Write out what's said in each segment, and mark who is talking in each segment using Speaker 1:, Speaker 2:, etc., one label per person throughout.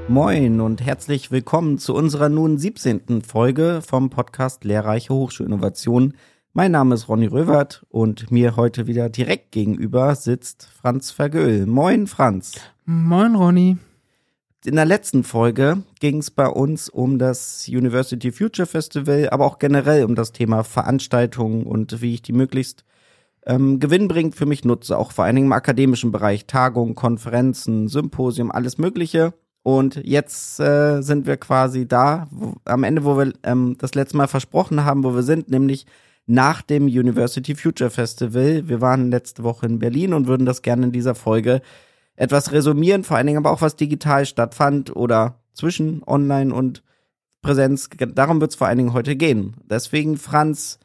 Speaker 1: Moin und herzlich willkommen zu unserer nun 17. Folge vom Podcast Lehrreiche Hochschulinnovation. Mein Name ist Ronny Röwert und mir heute wieder direkt gegenüber sitzt Franz Vergöhl. Moin Franz.
Speaker 2: Moin Ronny.
Speaker 1: In der letzten Folge ging es bei uns um das University Future Festival, aber auch generell um das Thema Veranstaltungen und wie ich die möglichst gewinnbringend für mich nutze, auch vor allen Dingen im akademischen Bereich, Tagungen, Konferenzen, Symposium, alles Mögliche. Und jetzt sind wir quasi da, am Ende, wo wir das letzte Mal versprochen haben, wo wir sind, nämlich nach dem University Future Festival. Wir waren letzte Woche in Berlin und würden das gerne in dieser Folge etwas resümieren, vor allen Dingen aber auch, was digital stattfand oder zwischen Online und Präsenz. Darum wird es vor allen Dingen heute gehen. Deswegen, Franz,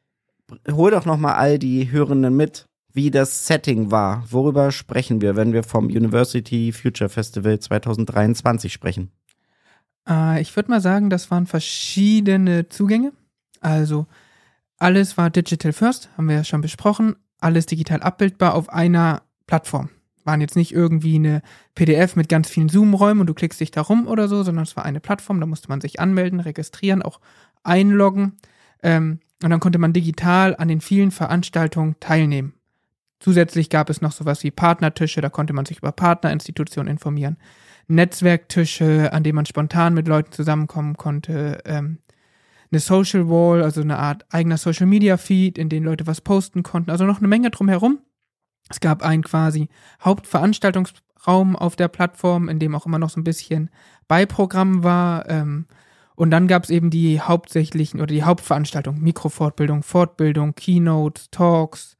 Speaker 1: hol doch nochmal all die Hörenden mit, wie das Setting war. Worüber sprechen wir, wenn wir vom University Future Festival 2023 sprechen?
Speaker 2: Ich würde mal sagen, das waren verschiedene Zugänge. Also alles war digital first, haben wir ja schon besprochen. Alles digital abbildbar auf einer Plattform. Waren jetzt nicht irgendwie eine PDF mit ganz vielen Zoom-Räumen und du klickst dich da rum oder so, sondern es war eine Plattform, da musste man sich anmelden, registrieren, auch einloggen. Und dann konnte man digital an den vielen Veranstaltungen teilnehmen. Zusätzlich gab es noch sowas wie Partnertische, da konnte man sich über Partnerinstitutionen informieren. Netzwerktische, an denen man spontan mit Leuten zusammenkommen konnte. Eine Social Wall, also eine Art eigener Social Media Feed, in dem Leute was posten konnten. Also noch eine Menge drumherum. Es gab einen quasi Hauptveranstaltungsraum auf der Plattform, in dem auch immer noch so ein bisschen Beiprogramm war. Und dann gab es eben die hauptsächlichen oder die Hauptveranstaltungen, Mikrofortbildung, Fortbildung, Keynotes, Talks,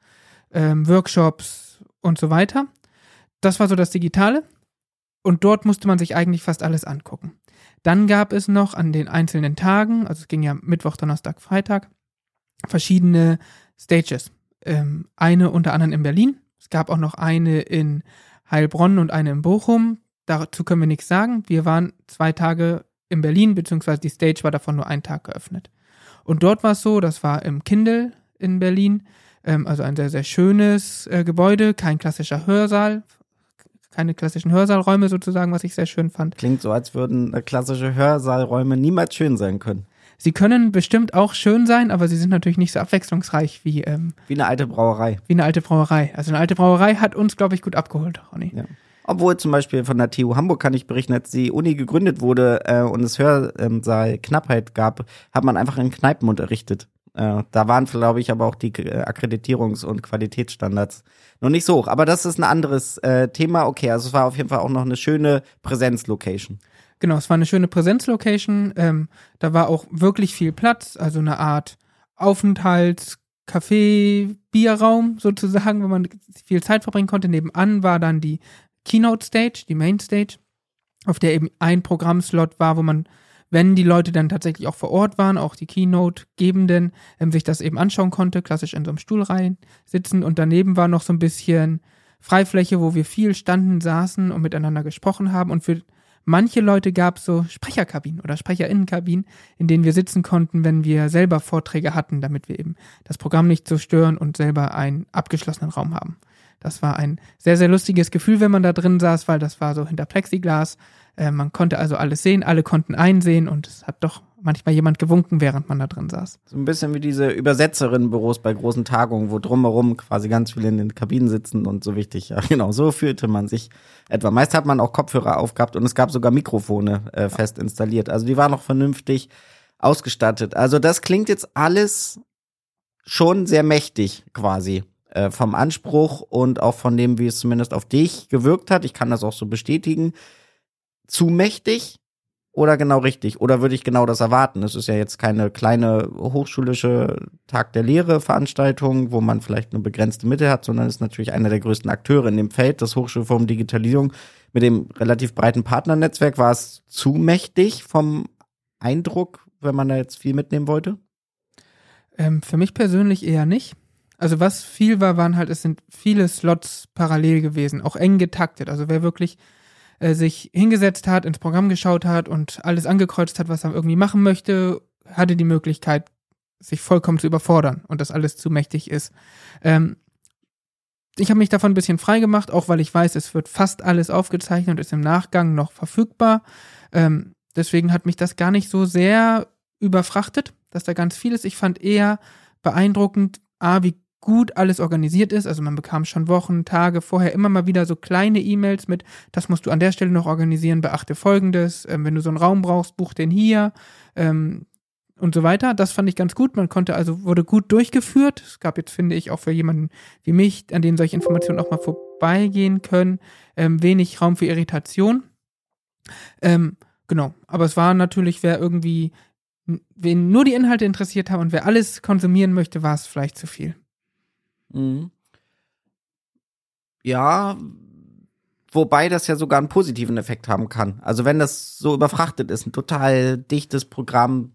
Speaker 2: Workshops und so weiter. Das war so das Digitale. Und dort musste man sich eigentlich fast alles angucken. Dann gab es noch an den einzelnen Tagen, also es ging ja Mittwoch, Donnerstag, Freitag, verschiedene Stages. Eine unter anderem in Berlin. Es gab auch noch eine in Heilbronn und eine in Bochum. Dazu können wir nichts sagen. Wir waren 2 Tage in Berlin, beziehungsweise die Stage war davon nur 1 Tag geöffnet. Und dort war es so, das war im Kindle in Berlin, also ein sehr, sehr schönes Gebäude, kein klassischer Hörsaal, keine klassischen Hörsaalräume sozusagen, was ich sehr schön fand.
Speaker 1: Klingt so, als würden klassische Hörsaalräume niemals schön sein können.
Speaker 2: Sie können bestimmt auch schön sein, aber sie sind natürlich nicht so abwechslungsreich wie
Speaker 1: eine alte Brauerei.
Speaker 2: Wie eine alte Brauerei. Also eine alte Brauerei hat uns, glaube ich, gut abgeholt, Ronny.
Speaker 1: Ja. Obwohl zum Beispiel von der TU Hamburg kann ich berichten, als die Uni gegründet wurde und es Hörsaalknappheit gab, hat man einfach in Kneipen unterrichtet. Da waren, glaube ich, aber auch die Akkreditierungs- und Qualitätsstandards noch nicht so hoch. Aber das ist ein anderes Thema. Okay, also es war auf jeden Fall auch noch eine schöne Präsenzlocation.
Speaker 2: Genau, es war eine schöne Präsenzlocation. Da war auch wirklich viel Platz, also eine Art Aufenthalts-, Café-, Bierraum sozusagen, wo man viel Zeit verbringen konnte. Nebenan war dann die Keynote-Stage, die Main-Stage, auf der eben ein Programmslot war, wo man, wenn die Leute dann tatsächlich auch vor Ort waren, auch die Keynote-Gebenden, sich das eben anschauen konnte, klassisch in so einem Stuhlreihen sitzen. Und daneben war noch so ein bisschen Freifläche, wo wir viel standen, saßen und miteinander gesprochen haben. Und für manche Leute gab es so Sprecherkabinen oder Sprecherinnenkabinen, in denen wir sitzen konnten, wenn wir selber Vorträge hatten, damit wir eben das Programm nicht so stören und selber einen abgeschlossenen Raum haben. Das war ein sehr, sehr lustiges Gefühl, wenn man da drin saß, weil das war so hinter Plexiglas. Man konnte also alles sehen, alle konnten einsehen und es hat doch manchmal jemand gewunken, während man da drin saß.
Speaker 1: So ein bisschen wie diese Übersetzerinnenbüros bei großen Tagungen, wo drumherum quasi ganz viele in den Kabinen sitzen und so wichtig. Ja, genau, so fühlte man sich etwa. Meist hat man auch Kopfhörer aufgehabt und es gab sogar Mikrofone fest installiert. Also die waren noch vernünftig ausgestattet. Also das klingt jetzt alles schon sehr mächtig quasi. Vom Anspruch und auch von dem, wie es zumindest auf dich gewirkt hat. Ich kann das auch so bestätigen. Zu mächtig oder genau richtig? Oder würde ich genau das erwarten? Es ist ja jetzt keine kleine hochschulische Tag der Lehre-Veranstaltung, wo man vielleicht eine begrenzte Mitte hat, sondern ist natürlich einer der größten Akteure in dem Feld, das Hochschulforum Digitalisierung mit dem relativ breiten Partnernetzwerk. War es zu mächtig vom Eindruck, wenn man da jetzt viel mitnehmen wollte?
Speaker 2: Für mich persönlich eher nicht. Also was viel war, es sind viele Slots parallel gewesen, auch eng getaktet. Also wer wirklich sich hingesetzt hat, ins Programm geschaut hat und alles angekreuzt hat, was er irgendwie machen möchte, hatte die Möglichkeit, sich vollkommen zu überfordern und das alles zu mächtig ist. ich habe mich davon ein bisschen frei gemacht, auch weil ich weiß, es wird fast alles aufgezeichnet und ist im Nachgang noch verfügbar. Deswegen hat mich das gar nicht so sehr überfrachtet, dass da ganz viel ist. Ich fand eher beeindruckend, wie gut alles organisiert ist. Also man bekam schon Wochen, Tage vorher immer mal wieder so kleine E-Mails mit, das musst du an der Stelle noch organisieren, beachte Folgendes, wenn du so einen Raum brauchst, buch den hier, und so weiter. Das fand ich ganz gut. Wurde gut durchgeführt. Es gab jetzt, finde ich, auch für jemanden wie mich, an dem solche Informationen auch mal vorbeigehen können, wenig Raum für Irritation. Genau. Aber es war natürlich, wen nur die Inhalte interessiert haben und wer alles konsumieren möchte, war es vielleicht zu viel.
Speaker 1: Mhm. Ja, wobei das ja sogar einen positiven Effekt haben kann. Also wenn das so überfrachtet ist, ein total dichtes Programm,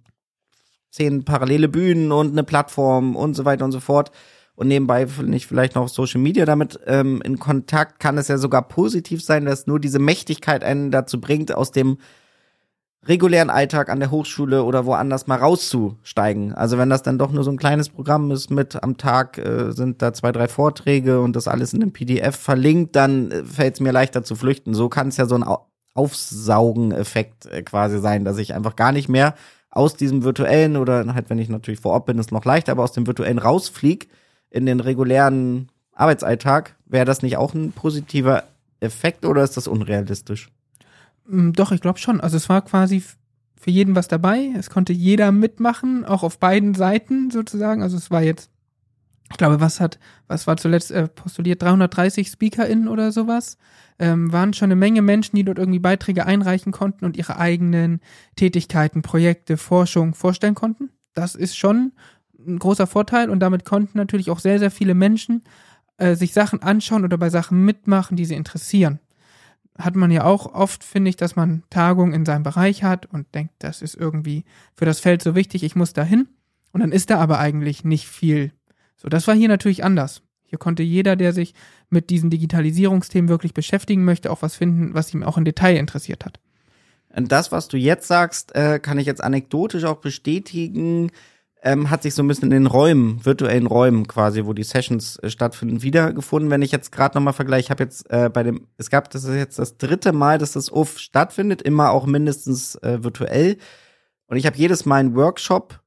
Speaker 1: 10 parallele Bühnen und eine Plattform und so weiter und so fort und nebenbei nicht vielleicht noch Social Media damit in Kontakt, kann es ja sogar positiv sein, dass nur diese Mächtigkeit einen dazu bringt, aus dem regulären Alltag an der Hochschule oder woanders mal rauszusteigen. Also wenn das dann doch nur so ein kleines Programm ist mit am Tag sind da 2, 3 Vorträge und das alles in einem PDF verlinkt, dann fällt es mir leichter zu flüchten. So kann es ja so ein Aufsaugen-Effekt quasi sein, dass ich einfach gar nicht mehr aus diesem virtuellen oder halt, wenn ich natürlich vor Ort bin, ist noch leichter, aber aus dem virtuellen rausflieg in den regulären Arbeitsalltag. Wäre das nicht auch ein positiver Effekt oder ist das unrealistisch?
Speaker 2: Doch, ich glaube schon. Also es war quasi für jeden was dabei. Es konnte jeder mitmachen, auch auf beiden Seiten sozusagen. Also es war jetzt, ich glaube, was war zuletzt postuliert, 330 SpeakerInnen oder sowas. Waren schon eine Menge Menschen, die dort irgendwie Beiträge einreichen konnten und ihre eigenen Tätigkeiten, Projekte, Forschung vorstellen konnten. Das ist schon ein großer Vorteil und damit konnten natürlich auch sehr, sehr viele Menschen sich Sachen anschauen oder bei Sachen mitmachen, die sie interessieren. Hat man ja auch oft, finde ich, dass man Tagungen in seinem Bereich hat und denkt, das ist irgendwie für das Feld so wichtig, ich muss da hin. Und dann ist da aber eigentlich nicht viel. So, das war hier natürlich anders. Hier konnte jeder, der sich mit diesen Digitalisierungsthemen wirklich beschäftigen möchte, auch was finden, was ihm auch im Detail interessiert hat.
Speaker 1: Und das, was du jetzt sagst, kann ich jetzt anekdotisch auch bestätigen, hat sich so ein bisschen in den virtuellen Räumen quasi, wo die Sessions stattfinden, wiedergefunden. Wenn ich jetzt gerade nochmal vergleiche, ich habe jetzt das ist jetzt das 3. Mal, dass das UF stattfindet, immer auch mindestens virtuell. Und ich habe jedes Mal einen Workshop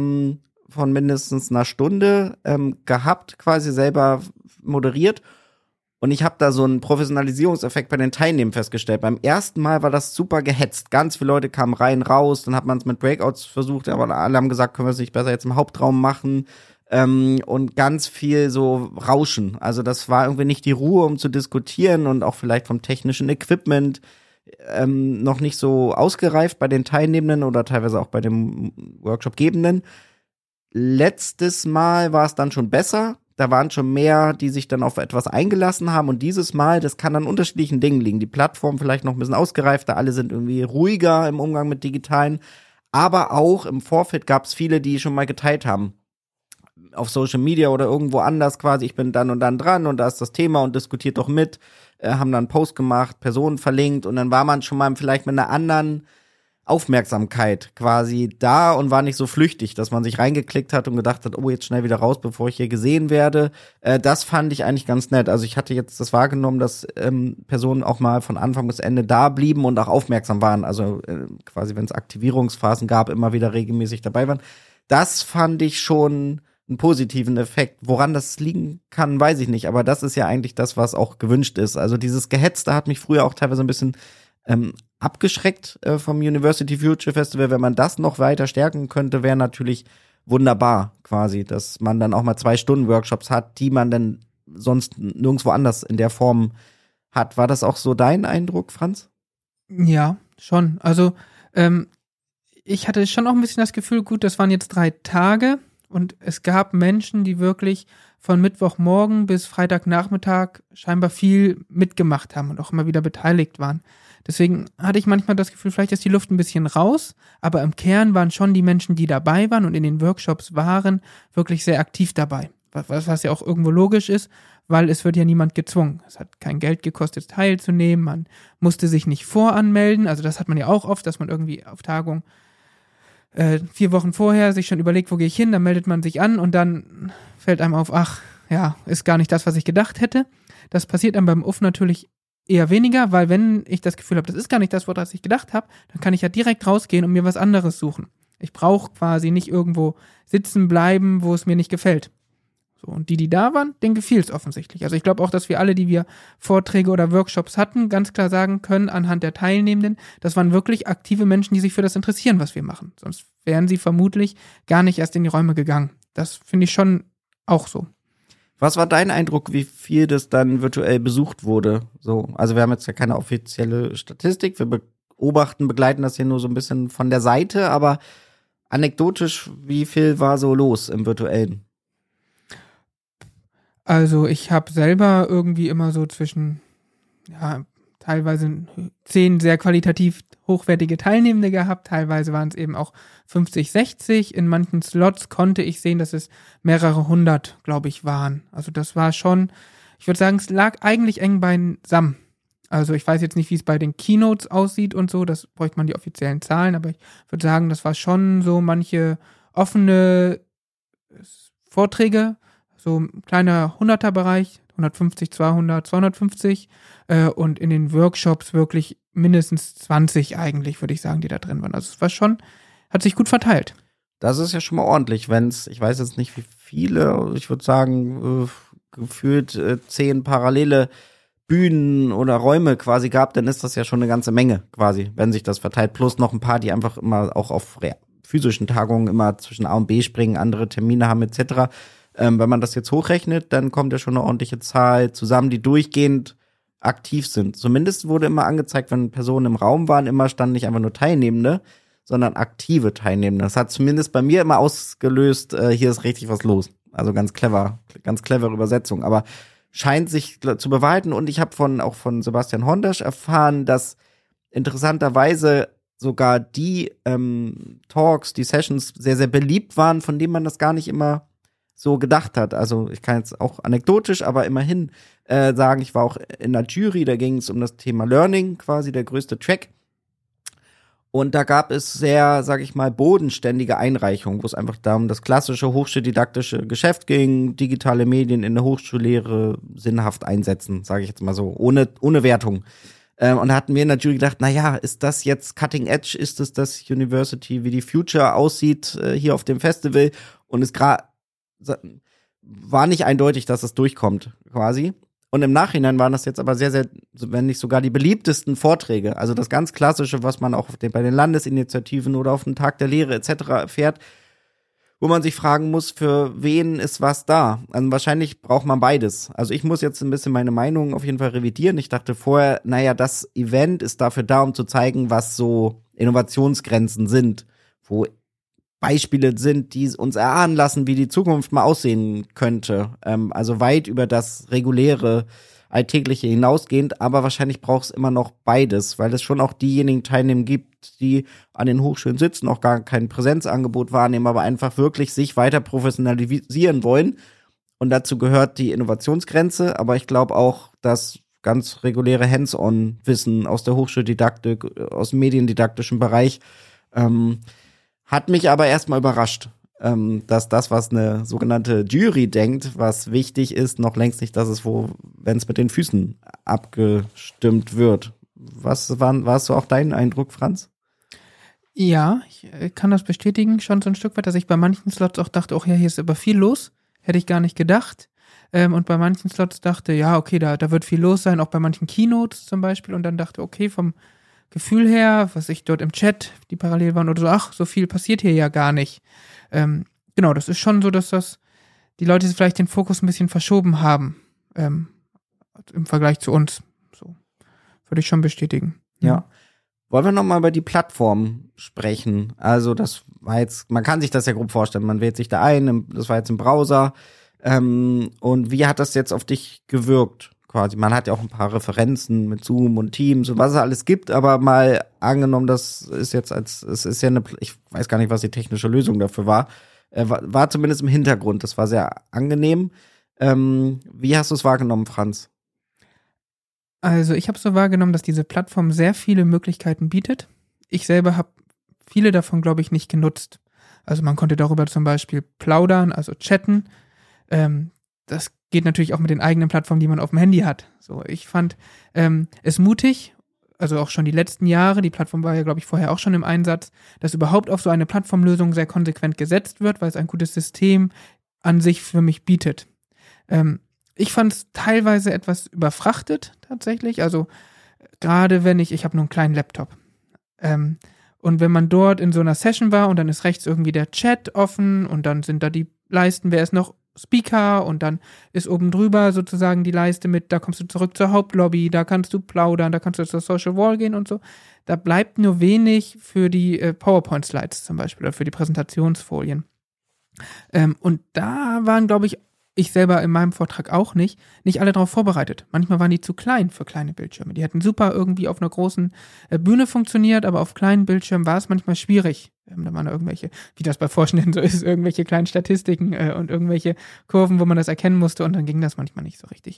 Speaker 1: von mindestens einer Stunde gehabt, quasi selber moderiert. Und ich habe da so einen Professionalisierungseffekt bei den Teilnehmern festgestellt. Beim ersten Mal war das super gehetzt. Ganz viele Leute kamen rein, raus. Dann hat man es mit Breakouts versucht, aber alle haben gesagt, können wir es nicht besser jetzt im Hauptraum machen. Und ganz viel so Rauschen. Also das war irgendwie nicht die Ruhe, um zu diskutieren und auch vielleicht vom technischen Equipment noch nicht so ausgereift bei den Teilnehmenden oder teilweise auch bei dem Workshop-Gebenden. Letztes Mal war es dann schon besser. Da waren schon mehr, die sich dann auf etwas eingelassen haben. Und dieses Mal, das kann an unterschiedlichen Dingen liegen. Die Plattform vielleicht noch ein bisschen ausgereifter. Alle sind irgendwie ruhiger im Umgang mit Digitalen. Aber auch im Vorfeld gab es viele, die schon mal geteilt haben. Auf Social Media oder irgendwo anders quasi. Ich bin dann und dann dran und da ist das Thema und diskutiert doch mit. Haben dann einen Post gemacht, Personen verlinkt. Und dann war man schon mal vielleicht mit einer anderen Aufmerksamkeit quasi da und war nicht so flüchtig, dass man sich reingeklickt hat und gedacht hat, oh, jetzt schnell wieder raus, bevor ich hier gesehen werde. Das fand ich eigentlich ganz nett. Also ich hatte jetzt das wahrgenommen, dass Personen auch mal von Anfang bis Ende da blieben und auch aufmerksam waren. Also quasi, wenn es Aktivierungsphasen gab, immer wieder regelmäßig dabei waren. Das fand ich schon einen positiven Effekt. Woran das liegen kann, weiß ich nicht. Aber das ist ja eigentlich das, was auch gewünscht ist. Also dieses Gehetzte hat mich früher auch teilweise ein bisschen abgeschreckt vom University Future Festival. Wenn man das noch weiter stärken könnte, wäre natürlich wunderbar quasi, dass man dann auch mal 2 Stunden Workshops hat, die man dann sonst nirgendwo anders in der Form hat. War das auch so dein Eindruck, Franz?
Speaker 2: Ja, schon. Also ich hatte schon auch ein bisschen das Gefühl, gut, das waren jetzt 3 Tage und es gab Menschen, die wirklich von Mittwochmorgen bis Freitagnachmittag scheinbar viel mitgemacht haben und auch immer wieder beteiligt waren. Deswegen hatte ich manchmal das Gefühl, vielleicht ist die Luft ein bisschen raus, aber im Kern waren schon die Menschen, die dabei waren und in den Workshops waren, wirklich sehr aktiv dabei. Was ja auch irgendwo logisch ist, weil es wird ja niemand gezwungen. Es hat kein Geld gekostet, teilzunehmen, man musste sich nicht voranmelden, also das hat man ja auch oft, dass man irgendwie auf Tagung 4 Wochen vorher sich schon überlegt, wo gehe ich hin, dann meldet man sich an und dann fällt einem auf, ach, ja, ist gar nicht das, was ich gedacht hätte. Das passiert dann beim UF natürlich eher weniger, weil wenn ich das Gefühl habe, das ist gar nicht das, was ich gedacht habe, dann kann ich ja direkt rausgehen und mir was anderes suchen. Ich brauche quasi nicht irgendwo sitzen bleiben, wo es mir nicht gefällt. So, und die da waren, denen gefiel es offensichtlich. Also ich glaube auch, dass wir alle, die wir Vorträge oder Workshops hatten, ganz klar sagen können, anhand der Teilnehmenden, das waren wirklich aktive Menschen, die sich für das interessieren, was wir machen. Sonst wären sie vermutlich gar nicht erst in die Räume gegangen. Das finde ich schon auch so.
Speaker 1: Was war dein Eindruck, wie viel das dann virtuell besucht wurde? So, also wir haben jetzt ja keine offizielle Statistik, wir begleiten das hier nur so ein bisschen von der Seite, aber anekdotisch, wie viel war so los im Virtuellen?
Speaker 2: Also ich habe selber irgendwie immer so zwischen, ja, teilweise 10 sehr qualitativ hochwertige Teilnehmende gehabt, teilweise waren es eben auch 50, 60. In manchen Slots konnte ich sehen, dass es mehrere hundert, glaube ich, waren. Also das war schon, ich würde sagen, es lag eigentlich eng beisammen. Also ich weiß jetzt nicht, wie es bei den Keynotes aussieht und so, das bräuchte man die offiziellen Zahlen, aber ich würde sagen, das war schon so manche offene Vorträge, so ein kleiner 100er-Bereich, 150, 200, 250 und in den Workshops wirklich mindestens 20 eigentlich, würde ich sagen, die da drin waren. Also es war schon, hat sich gut verteilt.
Speaker 1: Das ist ja schon mal ordentlich, wenn's, ich weiß jetzt nicht wie viele, ich würde sagen, gefühlt 10 parallele Bühnen oder Räume quasi gab, dann ist das ja schon eine ganze Menge quasi, wenn sich das verteilt. Plus noch ein paar, die einfach immer auch auf physischen Tagungen immer zwischen A und B springen, andere Termine haben etc. Wenn man das jetzt hochrechnet, dann kommt ja schon eine ordentliche Zahl zusammen, die durchgehend aktiv sind. Zumindest wurde immer angezeigt, wenn Personen im Raum waren, immer standen nicht einfach nur Teilnehmende, sondern aktive Teilnehmende. Das hat zumindest bei mir immer ausgelöst, hier ist richtig was los. Also ganz clevere Übersetzung. Aber scheint sich zu bewahrheiten. Und ich habe auch von Sebastian Hondasch erfahren, dass interessanterweise sogar die Talks, die Sessions sehr, sehr beliebt waren, von denen man das gar nicht immer so gedacht hat. Also ich kann jetzt auch anekdotisch, aber immerhin sagen, ich war auch in der Jury, da ging es um das Thema Learning, quasi der größte Track. Und da gab es sehr, sag ich mal, bodenständige Einreichungen, wo es einfach darum das klassische hochschuldidaktische Geschäft ging, digitale Medien in der Hochschullehre sinnhaft einsetzen, sage ich jetzt mal so, ohne Wertung. Und da hatten wir in der Jury gedacht, naja, ist das jetzt Cutting Edge? Ist es das University, wie die Future aussieht hier auf dem Festival? Und es war nicht eindeutig, dass es durchkommt, quasi. Und im Nachhinein waren das jetzt aber sehr, sehr, wenn nicht sogar die beliebtesten Vorträge. Also das ganz Klassische, was man auch bei den Landesinitiativen oder auf dem Tag der Lehre etc. erfährt, wo man sich fragen muss, für wen ist was da? Also wahrscheinlich braucht man beides. Also ich muss jetzt ein bisschen meine Meinung auf jeden Fall revidieren. Ich dachte vorher, naja, das Event ist dafür da, um zu zeigen, was so Innovationsgrenzen sind, wo Beispiele sind, die uns erahnen lassen, wie die Zukunft mal aussehen könnte. Also weit über das reguläre Alltägliche hinausgehend, aber wahrscheinlich braucht es immer noch beides, weil es schon auch diejenigen Teilnehmer gibt, die an den Hochschulen sitzen, auch gar kein Präsenzangebot wahrnehmen, aber einfach wirklich sich weiter professionalisieren wollen. Und dazu gehört die Innovationsgrenze, aber ich glaube auch, dass ganz reguläre Hands-on-Wissen aus der Hochschuldidaktik, aus dem mediendidaktischen Bereich, hat mich aber erstmal überrascht, dass das, was eine sogenannte Jury denkt, was wichtig ist, noch längst nicht das ist, wenn es mit den Füßen abgestimmt wird. War es so auch dein Eindruck, Franz?
Speaker 2: Ja, ich kann das bestätigen, schon so ein Stück weit, dass ich bei manchen Slots auch dachte, oh ja, hier ist aber viel los, hätte ich gar nicht gedacht. Und bei manchen Slots dachte, ja, okay, da wird viel los sein, auch bei manchen Keynotes zum Beispiel. Und dann dachte, okay, vom Gefühl her, was ich dort im Chat, die parallel waren oder so, ach, so viel passiert hier ja gar nicht. Genau, das ist schon so, dass die Leute vielleicht den Fokus ein bisschen verschoben haben im Vergleich zu uns. So würde ich schon bestätigen.
Speaker 1: Ja. Wollen wir nochmal über die Plattform sprechen? Also das war jetzt, man kann sich das ja grob vorstellen, man wählt sich da ein, das war jetzt im Browser. Und wie hat das jetzt auf dich gewirkt? Quasi, man hat ja auch ein paar Referenzen mit Zoom und Teams und was es alles gibt, aber mal angenommen, das ist jetzt es ist ja ich weiß gar nicht, was die technische Lösung dafür war, war zumindest im Hintergrund, das war sehr angenehm. Wie hast du es wahrgenommen, Franz?
Speaker 2: Also ich habe so wahrgenommen, dass diese Plattform sehr viele Möglichkeiten bietet. Ich selber habe viele davon, glaube ich, nicht genutzt. Also man konnte darüber zum Beispiel plaudern, also chatten. Das geht natürlich auch mit den eigenen Plattformen, die man auf dem Handy hat. So, ich fand es mutig, also auch schon die letzten Jahre, die Plattform war ja, glaube ich, vorher auch schon im Einsatz, dass überhaupt auf so eine Plattformlösung sehr konsequent gesetzt wird, weil es ein gutes System an sich für mich bietet. Ich fand es teilweise etwas überfrachtet, tatsächlich. Also gerade wenn ich habe nur einen kleinen Laptop. Und wenn man dort in so einer Session war und dann ist rechts irgendwie der Chat offen und dann sind da die Leisten, wer ist noch Speaker und dann ist oben drüber sozusagen die Leiste mit, da kommst du zurück zur Hauptlobby, da kannst du plaudern, da kannst du zur Social Wall gehen und so. Da bleibt nur wenig für die PowerPoint-Slides zum Beispiel oder für die Präsentationsfolien. Und da waren, glaube ich selber in meinem Vortrag auch nicht alle darauf vorbereitet. Manchmal waren die zu klein für kleine Bildschirme. Die hätten super irgendwie auf einer großen Bühne funktioniert, aber auf kleinen Bildschirmen war es manchmal schwierig. Da waren irgendwelche, wie das bei Vorständen so ist, irgendwelche kleinen Statistiken und irgendwelche Kurven, wo man das erkennen musste und dann ging das manchmal nicht so richtig.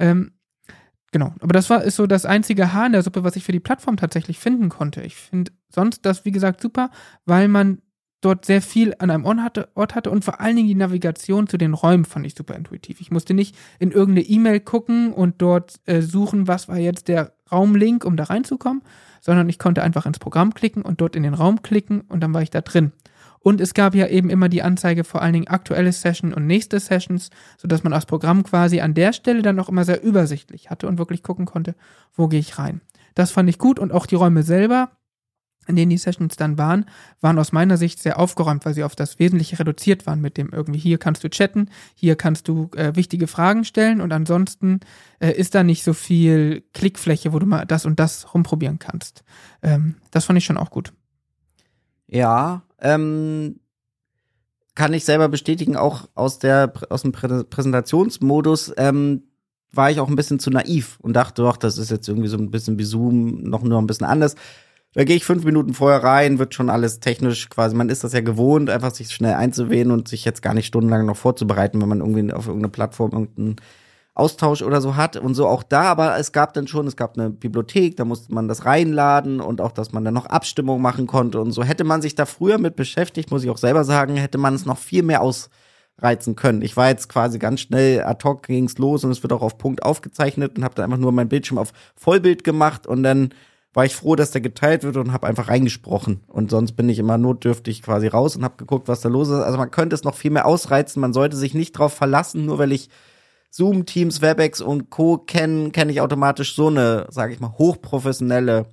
Speaker 2: Genau, aber ist so das einzige Haar in der Suppe, was ich für die Plattform tatsächlich finden konnte. Ich finde sonst das, wie gesagt, super, weil man dort sehr viel an einem Ort hatte und vor allen Dingen die Navigation zu den Räumen fand ich super intuitiv. Ich musste nicht in irgendeine E-Mail gucken und dort suchen, was war jetzt der Raumlink, um da reinzukommen, sondern ich konnte einfach ins Programm klicken und dort in den Raum klicken und dann war ich da drin. Und es gab ja eben immer die Anzeige, vor allen Dingen aktuelle Session und nächste Sessions, sodass man das Programm quasi an der Stelle dann auch immer sehr übersichtlich hatte und wirklich gucken konnte, wo gehe ich rein. Das fand ich gut und auch die Räume selber, in denen die Sessions dann waren aus meiner Sicht sehr aufgeräumt, weil sie auf das Wesentliche reduziert waren mit dem irgendwie, hier kannst du chatten, hier kannst du wichtige Fragen stellen und ansonsten ist da nicht so viel Klickfläche, wo du mal das und das rumprobieren kannst. Das fand ich schon auch gut.
Speaker 1: Ja, kann ich selber bestätigen, auch aus dem Präsentationsmodus war ich auch ein bisschen zu naiv und dachte, doch, das ist jetzt irgendwie so ein bisschen wie Zoom, nur ein bisschen anders. Da gehe ich 5 Minuten vorher rein, wird schon alles technisch quasi, man ist das ja gewohnt, einfach sich schnell einzuwählen und sich jetzt gar nicht stundenlang noch vorzubereiten, wenn man irgendwie auf irgendeine Plattform irgendeinen Austausch oder so hat und so auch da, aber es gab eine Bibliothek, da musste man das reinladen und auch, dass man dann noch Abstimmung machen konnte und so. Hätte man sich da früher mit beschäftigt, muss ich auch selber sagen, hätte man es noch viel mehr ausreizen können. Ich war jetzt quasi ganz schnell, ad hoc ging's los und es wird auch auf Punkt aufgezeichnet und habe dann einfach nur mein Bildschirm auf Vollbild gemacht und dann war ich froh, dass der geteilt wird und habe einfach reingesprochen. Und sonst bin ich immer notdürftig quasi raus und habe geguckt, was da los ist. Also man könnte es noch viel mehr ausreizen. Man sollte sich nicht drauf verlassen, nur weil ich Zoom, Teams, WebEx und Co. kenne ich automatisch so eine, sage ich mal, hochprofessionelle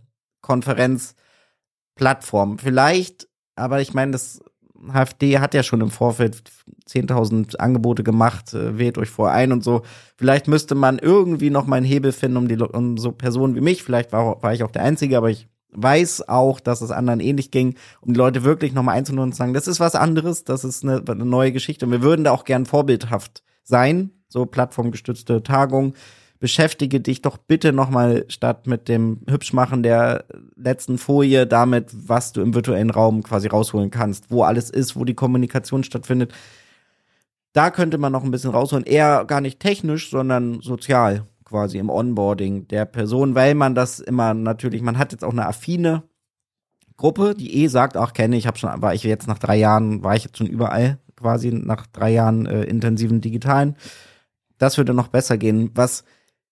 Speaker 1: Konferenzplattform. Vielleicht, aber ich meine, das HFD hat ja schon im Vorfeld 10.000 Angebote gemacht, wählt euch vorher ein und so. Vielleicht müsste man irgendwie noch mal einen Hebel finden, um so Personen wie mich, vielleicht war ich auch der Einzige, aber ich weiß auch, dass es anderen ähnlich ging, um die Leute wirklich noch mal einzunehmen und zu sagen, das ist was anderes, das ist eine neue Geschichte und wir würden da auch gern vorbildhaft sein, so plattformgestützte Tagung. Beschäftige dich doch bitte noch mal statt mit dem Hübschmachen der letzten Folie damit, was du im virtuellen Raum quasi rausholen kannst, wo alles ist, wo die Kommunikation stattfindet. Da könnte man noch ein bisschen rausholen, eher gar nicht technisch, sondern sozial quasi im Onboarding der Person, weil man das immer natürlich, man hat jetzt auch eine affine Gruppe, die sagt, ach kenne ich, war ich jetzt schon überall quasi nach 3 Jahren intensiven Digitalen. Das würde noch besser gehen. Was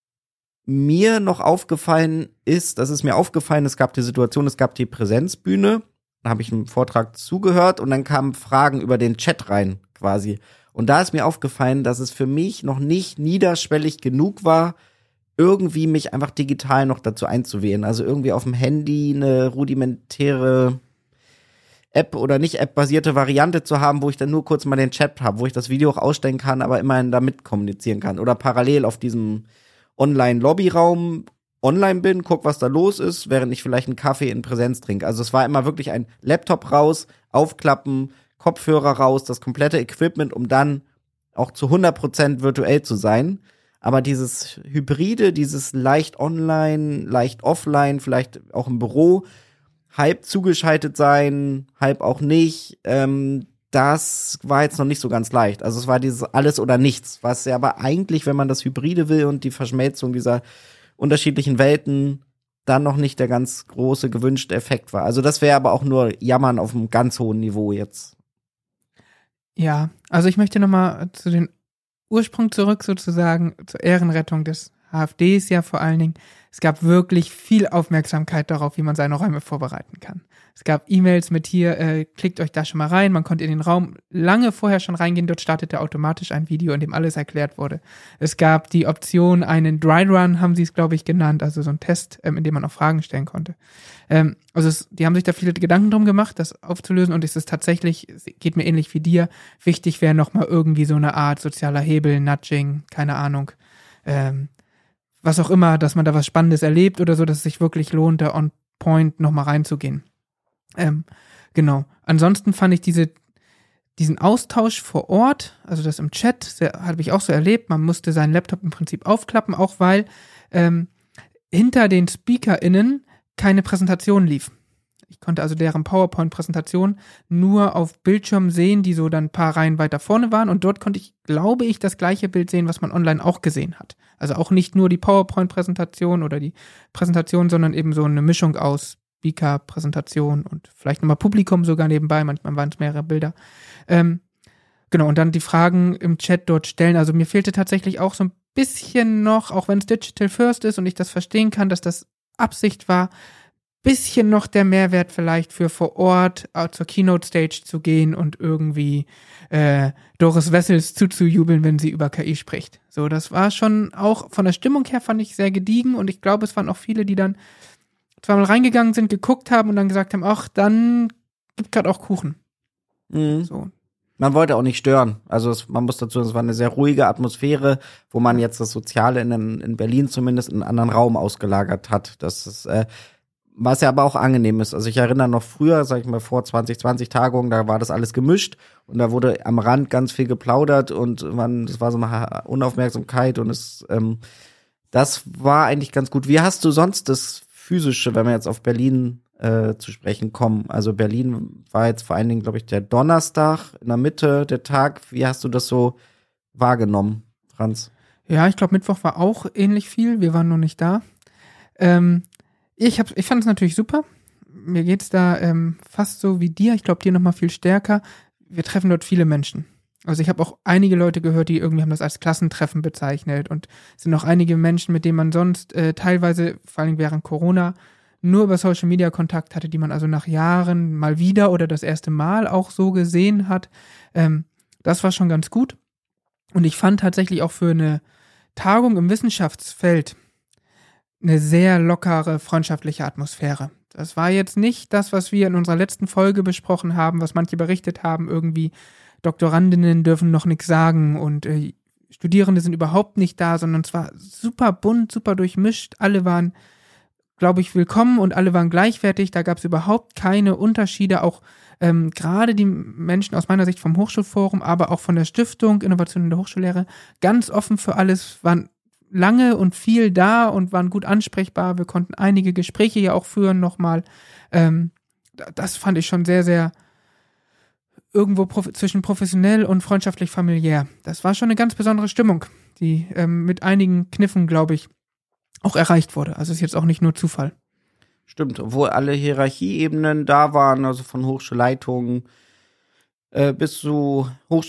Speaker 1: mir noch aufgefallen ist, es gab die Situation, es gab die Präsenzbühne, da habe ich einem Vortrag zugehört und dann kamen Fragen über den Chat rein quasi. Und da ist mir aufgefallen, dass es für mich noch nicht niederschwellig genug war, irgendwie mich einfach digital noch dazu einzuwählen. Also irgendwie auf dem Handy eine rudimentäre App oder nicht App-basierte Variante zu haben, wo ich dann nur kurz mal den Chat habe, wo ich das Video auch ausstellen kann, aber immerhin damit kommunizieren kann. Oder parallel auf diesem Online-Lobbyraum online bin, guck, was da los ist, während ich vielleicht einen Kaffee in Präsenz trinke. Also es war immer wirklich ein Laptop raus, aufklappen, Kopfhörer raus, das komplette Equipment, um dann auch zu 100% virtuell zu sein. Aber dieses Hybride, dieses leicht online, leicht offline, vielleicht auch im Büro, halb zugeschaltet sein, halb auch nicht, das war jetzt noch nicht so ganz leicht. Also es war dieses alles oder nichts, was ja aber eigentlich, wenn man das Hybride will und die Verschmelzung dieser unterschiedlichen Welten, dann noch nicht der ganz große gewünschte Effekt war. Also das wäre aber auch nur Jammern auf einem ganz hohen Niveau jetzt.
Speaker 2: Ja, also ich möchte noch mal zu den Ursprung zurück sozusagen, zur Ehrenrettung des AfDs ja vor allen Dingen. Es gab wirklich viel Aufmerksamkeit darauf, wie man seine Räume vorbereiten kann. Es gab E-Mails mit hier, klickt euch da schon mal rein, man konnte in den Raum lange vorher schon reingehen, dort startete automatisch ein Video, in dem alles erklärt wurde. Es gab die Option, einen Dry Run, haben sie es, glaube ich, genannt, also so ein Test, in dem man auch Fragen stellen konnte. Die haben sich da viele Gedanken drum gemacht, das aufzulösen, und es ist tatsächlich, geht mir ähnlich wie dir, wichtig wäre nochmal irgendwie so eine Art sozialer Hebel, Nudging, keine Ahnung, was auch immer, dass man da was Spannendes erlebt oder so, dass es sich wirklich lohnt, da on point nochmal reinzugehen. Genau. Ansonsten fand ich diesen Austausch vor Ort, also das im Chat, habe ich auch so erlebt, man musste seinen Laptop im Prinzip aufklappen, auch weil hinter den SpeakerInnen keine Präsentation lief. Ich konnte also deren PowerPoint-Präsentation nur auf Bildschirmen sehen, die so dann ein paar Reihen weiter vorne waren, und dort konnte ich, glaube ich, das gleiche Bild sehen, was man online auch gesehen hat. Also auch nicht nur die PowerPoint-Präsentation oder die Präsentation, sondern eben so eine Mischung aus Speaker-Präsentation und vielleicht nochmal Publikum sogar nebenbei, manchmal waren es mehrere Bilder. Genau, und dann die Fragen im Chat dort stellen. Also mir fehlte tatsächlich auch so ein bisschen noch, auch wenn es Digital First ist und ich das verstehen kann, dass das Absicht war, bisschen noch der Mehrwert vielleicht für vor Ort zur Keynote-Stage zu gehen und irgendwie Doris Wessels zuzujubeln, wenn sie über KI spricht. So, das war schon auch von der Stimmung her, fand ich, sehr gediegen, und ich glaube, es waren auch viele, die dann zweimal reingegangen sind, geguckt haben und dann gesagt haben, ach, dann gibt gerade auch Kuchen.
Speaker 1: Mhm.
Speaker 2: So.
Speaker 1: Man wollte auch nicht stören. Also man muss dazu sagen, es war eine sehr ruhige Atmosphäre, wo man jetzt das Soziale in Berlin zumindest in einen anderen Raum ausgelagert hat. Das ist was ja aber auch angenehm ist. Also ich erinnere noch früher, sag ich mal, vor 2020 Tagungen, da war das alles gemischt und da wurde am Rand ganz viel geplaudert und das war so eine Unaufmerksamkeit, und das war eigentlich ganz gut. Wie hast du sonst das Physische, wenn wir jetzt auf Berlin zu sprechen kommen? Also Berlin war jetzt vor allen Dingen, glaube ich, der Donnerstag in der Mitte der Tag. Wie hast du das so wahrgenommen, Franz?
Speaker 2: Ja, ich glaube, Mittwoch war auch ähnlich viel. Wir waren noch nicht da. Ich fand es natürlich super. Mir geht's da fast so wie dir. Ich glaube, dir noch mal viel stärker. Wir treffen dort viele Menschen. Also ich habe auch einige Leute gehört, die irgendwie haben das als Klassentreffen bezeichnet, und es sind auch einige Menschen, mit denen man sonst teilweise, vor allem während Corona, nur über Social Media Kontakt hatte, die man also nach Jahren mal wieder oder das erste Mal auch so gesehen hat. Das war schon ganz gut. Und ich fand tatsächlich auch für eine Tagung im Wissenschaftsfeld eine sehr lockere, freundschaftliche Atmosphäre. Das war jetzt nicht das, was wir in unserer letzten Folge besprochen haben, was manche berichtet haben, irgendwie Doktorandinnen dürfen noch nichts sagen und Studierende sind überhaupt nicht da, sondern es war super bunt, super durchmischt. Alle waren, glaube ich, willkommen und alle waren gleichwertig. Da gab es überhaupt keine Unterschiede. Auch gerade die Menschen aus meiner Sicht vom Hochschulforum, aber auch von der Stiftung Innovation in der Hochschullehre, ganz offen für alles, waren lange und viel da und waren gut ansprechbar. Wir konnten einige Gespräche ja auch führen nochmal. Das fand ich schon sehr, sehr irgendwo zwischen professionell und freundschaftlich familiär. Das war schon eine ganz besondere Stimmung, die mit einigen Kniffen, glaube ich, auch erreicht wurde. Also ist jetzt auch nicht nur Zufall.
Speaker 1: Stimmt, obwohl alle Hierarchieebenen da waren, also von Hochschulleitungen bis zu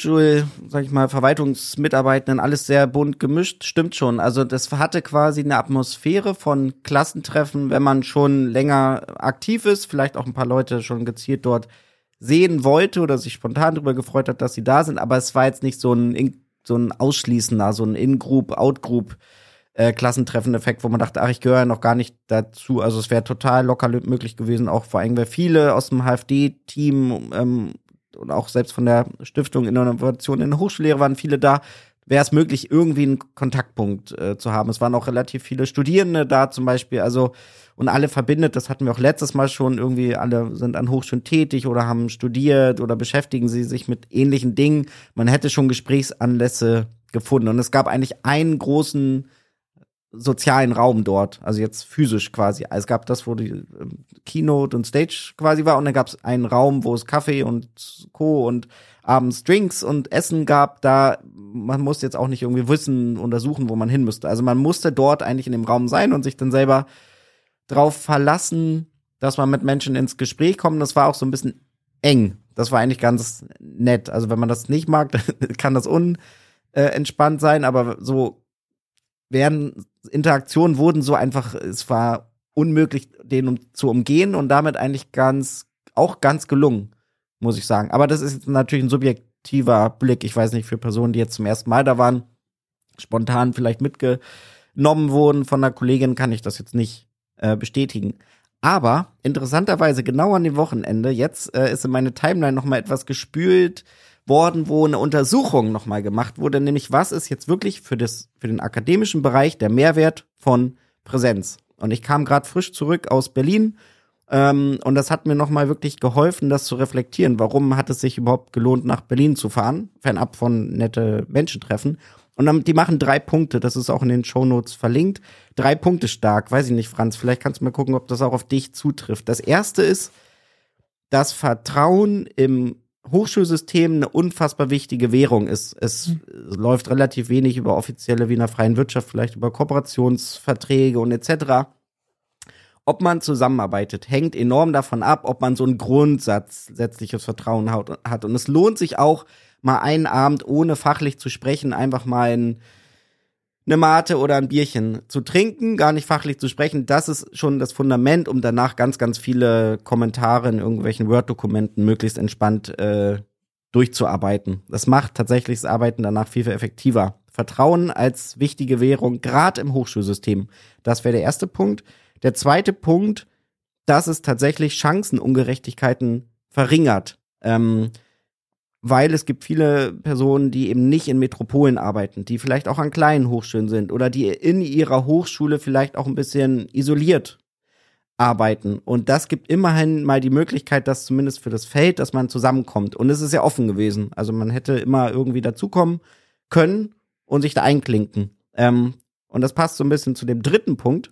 Speaker 1: Verwaltungsmitarbeitenden, alles sehr bunt gemischt, stimmt schon. Also das hatte quasi eine Atmosphäre von Klassentreffen, wenn man schon länger aktiv ist, vielleicht auch ein paar Leute schon gezielt dort sehen wollte oder sich spontan darüber gefreut hat, dass sie da sind, aber es war jetzt nicht so ein ausschließender, so ein In-Group, Out-Group Klassentreffen-Effekt, wo man dachte, ach, ich gehöre ja noch gar nicht dazu. Also es wäre total locker möglich gewesen, auch vor allem, weil viele aus dem HFD-Team und auch selbst von der Stiftung Innovation in der Hochschullehre waren viele da, wäre es möglich, irgendwie einen Kontaktpunkt zu haben. Es waren auch relativ viele Studierende da zum Beispiel, also und alle verbindet, das hatten wir auch letztes Mal schon, irgendwie alle sind an Hochschulen tätig oder haben studiert oder beschäftigen sie sich mit ähnlichen Dingen. Man hätte schon Gesprächsanlässe gefunden und es gab eigentlich einen großen sozialen Raum dort, also jetzt physisch quasi. Es gab das, wo die Keynote und Stage quasi war, und dann gab es einen Raum, wo es Kaffee und Co. und abends Drinks und Essen gab. Da, man musste jetzt auch nicht irgendwie wissen oder suchen, wo man hin müsste. Also man musste dort eigentlich in dem Raum sein und sich dann selber drauf verlassen, dass man mit Menschen ins Gespräch kommt. Das war auch so ein bisschen eng. Das war eigentlich ganz nett. Also wenn man das nicht mag, dann kann das entspannt sein, aber so Interaktionen wurden so einfach, es war unmöglich, den zu umgehen und damit eigentlich ganz gelungen, muss ich sagen. Aber das ist jetzt natürlich ein subjektiver Blick. Ich weiß nicht, für Personen, die jetzt zum ersten Mal da waren, spontan vielleicht mitgenommen wurden von einer Kollegin, kann ich das jetzt nicht bestätigen. Aber interessanterweise genau an dem Wochenende, jetzt ist in meine Timeline noch mal etwas gespült worden, wo eine Untersuchung noch mal gemacht wurde, nämlich was ist jetzt wirklich für den akademischen Bereich der Mehrwert von Präsenz. Und ich kam gerade frisch zurück aus Berlin und das hat mir noch mal wirklich geholfen, das zu reflektieren. Warum hat es sich überhaupt gelohnt, nach Berlin zu fahren, fernab von nette Menschen treffen? Und dann, die machen 3 Punkte, das ist auch in den Shownotes verlinkt. 3 Punkte stark, weiß ich nicht, Franz, vielleicht kannst du mal gucken, ob das auch auf dich zutrifft. Das erste ist, dass Vertrauen im Hochschulsystem eine unfassbar wichtige Währung ist. Es läuft relativ wenig über offizielle wie in der freien Wirtschaft, vielleicht über Kooperationsverträge und etc. Ob man zusammenarbeitet, hängt enorm davon ab, ob man so ein grundsätzliches Vertrauen hat. Und es lohnt sich auch, mal einen Abend ohne fachlich zu sprechen, einfach mal eine Mate oder ein Bierchen zu trinken, gar nicht fachlich zu sprechen. Das ist schon das Fundament, um danach ganz, ganz viele Kommentare in irgendwelchen Word-Dokumenten möglichst entspannt durchzuarbeiten. Das macht tatsächlich das Arbeiten danach viel, viel effektiver. Vertrauen als wichtige Währung, gerade im Hochschulsystem. Das wäre der erste Punkt. Der zweite Punkt, dass es tatsächlich Chancenungerechtigkeiten verringert. Weil es gibt viele Personen, die eben nicht in Metropolen arbeiten, die vielleicht auch an kleinen Hochschulen sind oder die in ihrer Hochschule vielleicht auch ein bisschen isoliert arbeiten. Und das gibt immerhin mal die Möglichkeit, dass zumindest für das Feld, dass man zusammenkommt. Und es ist ja offen gewesen. Also man hätte immer irgendwie dazukommen können und sich da einklinken. Und das passt so ein bisschen zu dem dritten Punkt.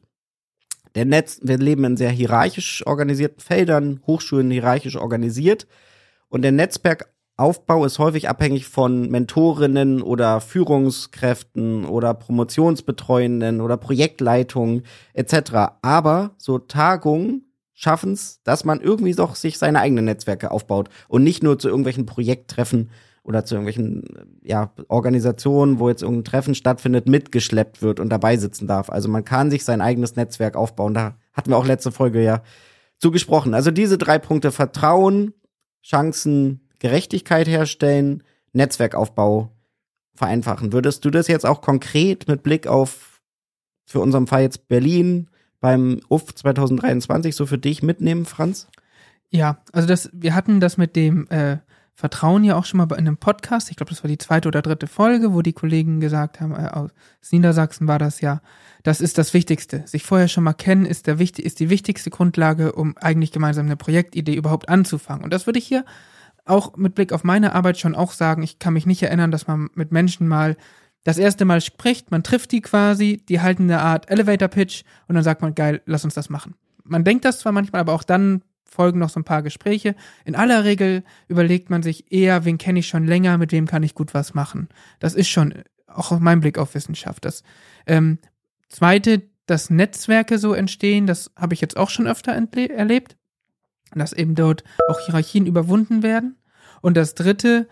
Speaker 1: Wir leben in sehr hierarchisch organisierten Feldern, Hochschulen hierarchisch organisiert. Und der Netzwerkaufbau ist häufig abhängig von Mentorinnen oder Führungskräften oder Promotionsbetreuenden oder Projektleitungen etc. Aber so Tagungen schaffen es, dass man irgendwie doch sich seine eigenen Netzwerke aufbaut und nicht nur zu irgendwelchen Projekttreffen oder zu irgendwelchen Organisationen, wo jetzt irgendein Treffen stattfindet, mitgeschleppt wird und dabei sitzen darf. Also man kann sich sein eigenes Netzwerk aufbauen. Da hatten wir auch letzte Folge ja zugesprochen. Also diese 3 Punkte: Vertrauen, Chancen, Gerechtigkeit herstellen, Netzwerkaufbau vereinfachen. Würdest du das jetzt auch konkret mit Blick auf, für unseren Fall jetzt Berlin, beim UF 2023 so für dich mitnehmen, Franz?
Speaker 2: Ja, also wir hatten das mit dem Vertrauen ja auch schon mal in einem Podcast. Ich glaube, das war die 2. oder 3. Folge, wo die Kollegen gesagt haben, aus Niedersachsen war das ja, das ist das Wichtigste. Sich vorher schon mal kennen ist die wichtigste Grundlage, um eigentlich gemeinsam eine Projektidee überhaupt anzufangen. Und das würde ich hier auch mit Blick auf meine Arbeit schon auch sagen. Ich kann mich nicht erinnern, dass man mit Menschen mal das erste Mal spricht, man trifft die quasi, die halten eine Art Elevator-Pitch und dann sagt man, geil, lass uns das machen. Man denkt das zwar manchmal, aber auch dann folgen noch so ein paar Gespräche. In aller Regel überlegt man sich eher, wen kenne ich schon länger, mit wem kann ich gut was machen. Das ist schon auch aus meinem Blick auf Wissenschaft. Das Zweite, dass Netzwerke so entstehen, das habe ich jetzt auch schon öfter erlebt, dass eben dort auch Hierarchien überwunden werden. Und das Dritte,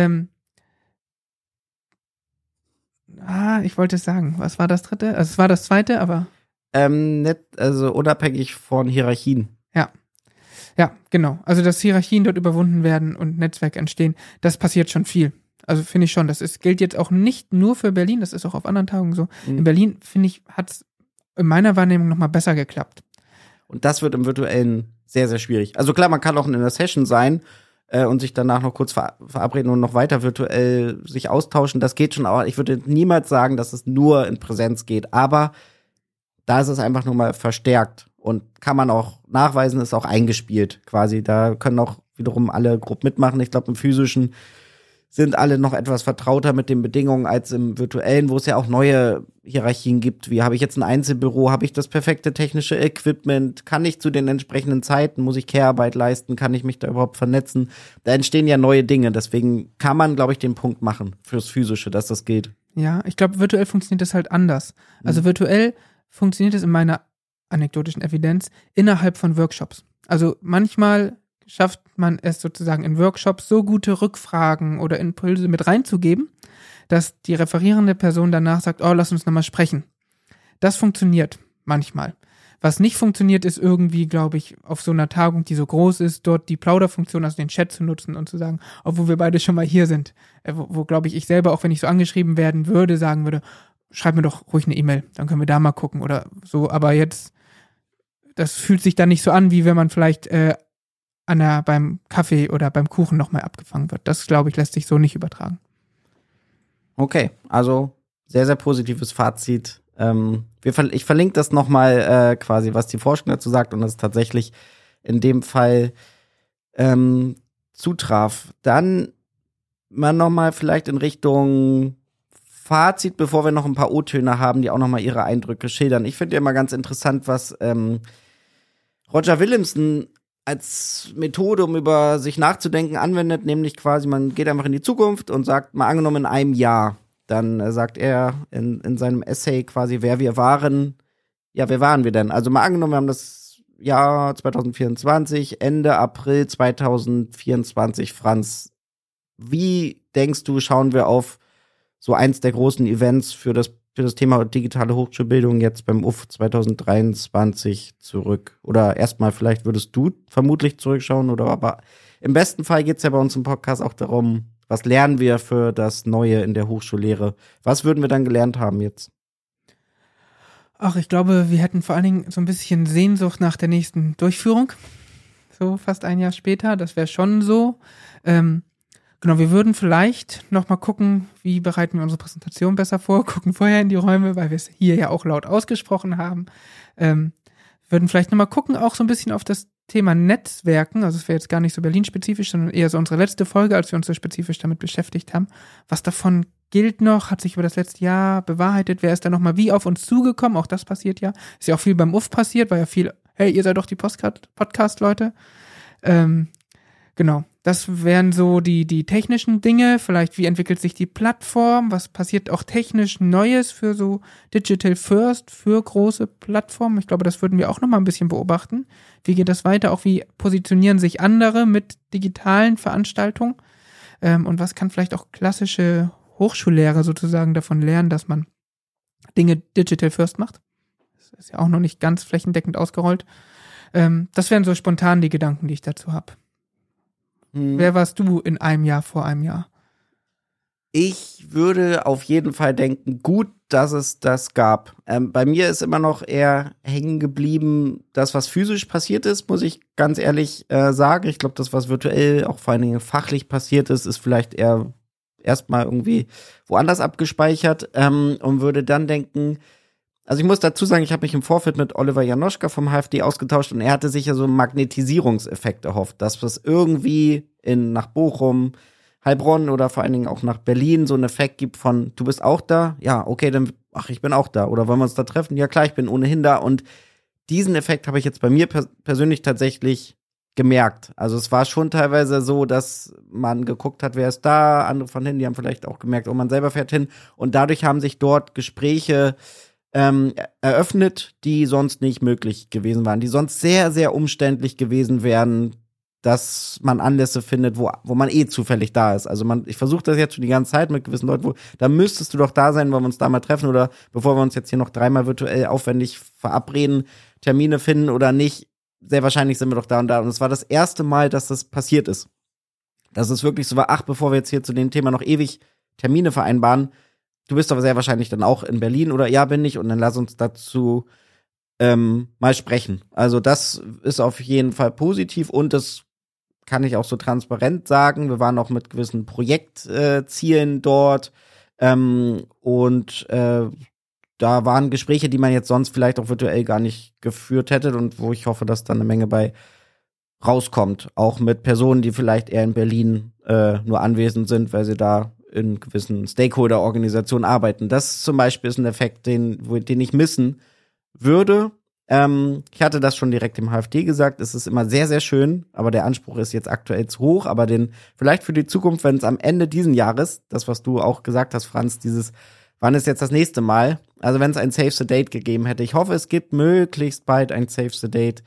Speaker 2: ich wollte es sagen, was war das Dritte? Also es war das Zweite, aber
Speaker 1: also unabhängig von Hierarchien.
Speaker 2: Ja, genau. Also, dass Hierarchien dort überwunden werden und Netzwerke entstehen, das passiert schon viel. Also, finde ich schon. Gilt jetzt auch nicht nur für Berlin, das ist auch auf anderen Tagungen so. In Berlin, finde ich, hat es in meiner Wahrnehmung nochmal besser geklappt.
Speaker 1: Und das wird im Virtuellen sehr, sehr schwierig. Also klar, man kann auch in einer Session sein und sich danach noch kurz verabreden und noch weiter virtuell sich austauschen. Das geht schon auch. Ich würde niemals sagen, dass es nur in Präsenz geht. Aber da ist es einfach nur mal verstärkt. Und kann man auch nachweisen, ist auch eingespielt quasi. Da können auch wiederum alle grob mitmachen. Ich glaube, im Physischen sind alle noch etwas vertrauter mit den Bedingungen als im Virtuellen, wo es ja auch neue Hierarchien gibt. Wie habe ich jetzt ein Einzelbüro? Habe ich das perfekte technische Equipment? Kann ich zu den entsprechenden Zeiten? Muss ich Care-Arbeit leisten? Kann ich mich da überhaupt vernetzen? Da entstehen ja neue Dinge. Deswegen kann man, glaube ich, den Punkt machen fürs Physische, dass das geht.
Speaker 2: Ja, ich glaube, virtuell funktioniert das halt anders. Also virtuell funktioniert es in meiner anekdotischen Evidenz innerhalb von Workshops. Also manchmal schafft man es sozusagen in Workshops so gute Rückfragen oder Impulse mit reinzugeben, dass die referierende Person danach sagt, oh, lass uns nochmal sprechen. Das funktioniert manchmal. Was nicht funktioniert, ist irgendwie, glaube ich, auf so einer Tagung, die so groß ist, dort die Plauderfunktion, also den Chat zu nutzen und zu sagen, obwohl wir beide schon mal hier sind. Wo glaube ich selber, auch wenn ich so angeschrieben werden würde, sagen würde, schreib mir doch ruhig eine E-Mail, dann können wir da mal gucken oder so. Aber jetzt, das fühlt sich dann nicht so an, wie wenn man vielleicht beim Kaffee oder beim Kuchen nochmal abgefangen wird. Das, glaube ich, lässt sich so nicht übertragen.
Speaker 1: Okay, also sehr, sehr positives Fazit. Ich verlinke das nochmal quasi, was die Forschung dazu sagt und das tatsächlich in dem Fall zutraf. Dann mal nochmal vielleicht in Richtung Fazit, bevor wir noch ein paar O-Töne haben, die auch nochmal ihre Eindrücke schildern. Ich finde ja immer ganz interessant, was Roger Williamson als Methode, um über sich nachzudenken, anwendet, nämlich quasi, man geht einfach in die Zukunft und sagt, mal angenommen in einem Jahr, dann sagt er in seinem Essay quasi, wer wir waren. Ja, wer waren wir denn? Also mal angenommen, wir haben das Jahr 2024, Ende April 2024, Franz. Wie denkst du, schauen wir auf so eins der großen Events für das Thema digitale Hochschulbildung jetzt beim UF 2023 zurück? Oder erstmal, vielleicht würdest du vermutlich zurückschauen, oder aber im besten Fall geht's ja bei uns im Podcast auch darum, was lernen wir für das Neue in der Hochschullehre? Was würden wir dann gelernt haben jetzt?
Speaker 2: Ach, ich glaube, wir hätten vor allen Dingen so ein bisschen Sehnsucht nach der nächsten Durchführung. So fast ein Jahr später, das wäre schon so. Genau, wir würden vielleicht noch mal gucken, wie bereiten wir unsere Präsentation besser vor, gucken vorher in die Räume, weil wir es hier ja auch laut ausgesprochen haben. Würden vielleicht noch mal gucken, auch so ein bisschen auf das Thema Netzwerken, also es wäre jetzt gar nicht so Berlin-spezifisch, sondern eher so unsere letzte Folge, als wir uns so spezifisch damit beschäftigt haben. Was davon gilt noch, hat sich über das letzte Jahr bewahrheitet, wer ist da noch mal wie auf uns zugekommen, auch das passiert ja. Ist ja auch viel beim UF passiert, war ja viel, hey, ihr seid doch die Podcast-Leute. Genau, das wären so die technischen Dinge, vielleicht wie entwickelt sich die Plattform, was passiert auch technisch Neues für so Digital First, für große Plattformen. Ich glaube, das würden wir auch noch mal ein bisschen beobachten. Wie geht das weiter, auch wie positionieren sich andere mit digitalen Veranstaltungen und was kann vielleicht auch klassische Hochschullehrer sozusagen davon lernen, dass man Dinge Digital First macht. Das ist ja auch noch nicht ganz flächendeckend ausgerollt. Das wären so spontan die Gedanken, die ich dazu habe. Wer warst du in einem Jahr vor einem Jahr?
Speaker 1: Ich würde auf jeden Fall denken, gut, dass es das gab. Bei mir ist immer noch eher hängen geblieben, das, was physisch passiert ist, muss ich ganz ehrlich sagen. Ich glaube, das, was virtuell auch vor allen Dingen fachlich passiert ist, ist vielleicht eher erstmal irgendwie woanders abgespeichert und würde dann denken, also ich muss dazu sagen, ich habe mich im Vorfeld mit Oliver Janoschka vom HFD ausgetauscht und er hatte sich ja so einen Magnetisierungseffekt erhofft, dass es irgendwie nach Bochum, Heilbronn oder vor allen Dingen auch nach Berlin so einen Effekt gibt von, du bist auch da? Ja, okay, dann, ich bin auch da. Oder wollen wir uns da treffen? Ja klar, ich bin ohnehin da. Und diesen Effekt habe ich jetzt bei mir persönlich tatsächlich gemerkt. Also es war schon teilweise so, dass man geguckt hat, wer ist da, andere von hin, die haben vielleicht auch gemerkt, oh, man selber fährt hin. Und dadurch haben sich dort Gespräche eröffnet, die sonst nicht möglich gewesen waren, die sonst sehr, sehr umständlich gewesen wären, dass man Anlässe findet, wo man zufällig da ist. Also ich versuche das jetzt schon die ganze Zeit mit gewissen Leuten, da müsstest du doch da sein, wollen wir uns da mal treffen oder bevor wir uns jetzt hier noch dreimal virtuell aufwendig verabreden, Termine finden oder nicht, sehr wahrscheinlich sind wir doch da und da. Und es war das erste Mal, dass das passiert ist. Dass es wirklich so war, bevor wir jetzt hier zu dem Thema noch ewig Termine vereinbaren, du bist aber sehr wahrscheinlich dann auch in Berlin oder ja, bin ich und dann lass uns dazu mal sprechen. Also das ist auf jeden Fall positiv und das kann ich auch so transparent sagen. Wir waren auch mit gewissen Projektzielen dort und da waren Gespräche, die man jetzt sonst vielleicht auch virtuell gar nicht geführt hätte und wo ich hoffe, dass da eine Menge bei rauskommt. Auch mit Personen, die vielleicht eher in Berlin nur anwesend sind, weil sie da in gewissen Stakeholder-Organisationen arbeiten. Das zum Beispiel ist ein Effekt, den ich missen würde. Ich hatte das schon direkt im HFD gesagt, es ist immer sehr, sehr schön, aber der Anspruch ist jetzt aktuell zu hoch, aber vielleicht für die Zukunft, wenn es am Ende diesen Jahres, das, was du auch gesagt hast, Franz, wann ist jetzt das nächste Mal? Also wenn es ein Save the Date gegeben hätte. Ich hoffe, es gibt möglichst bald ein Save the Date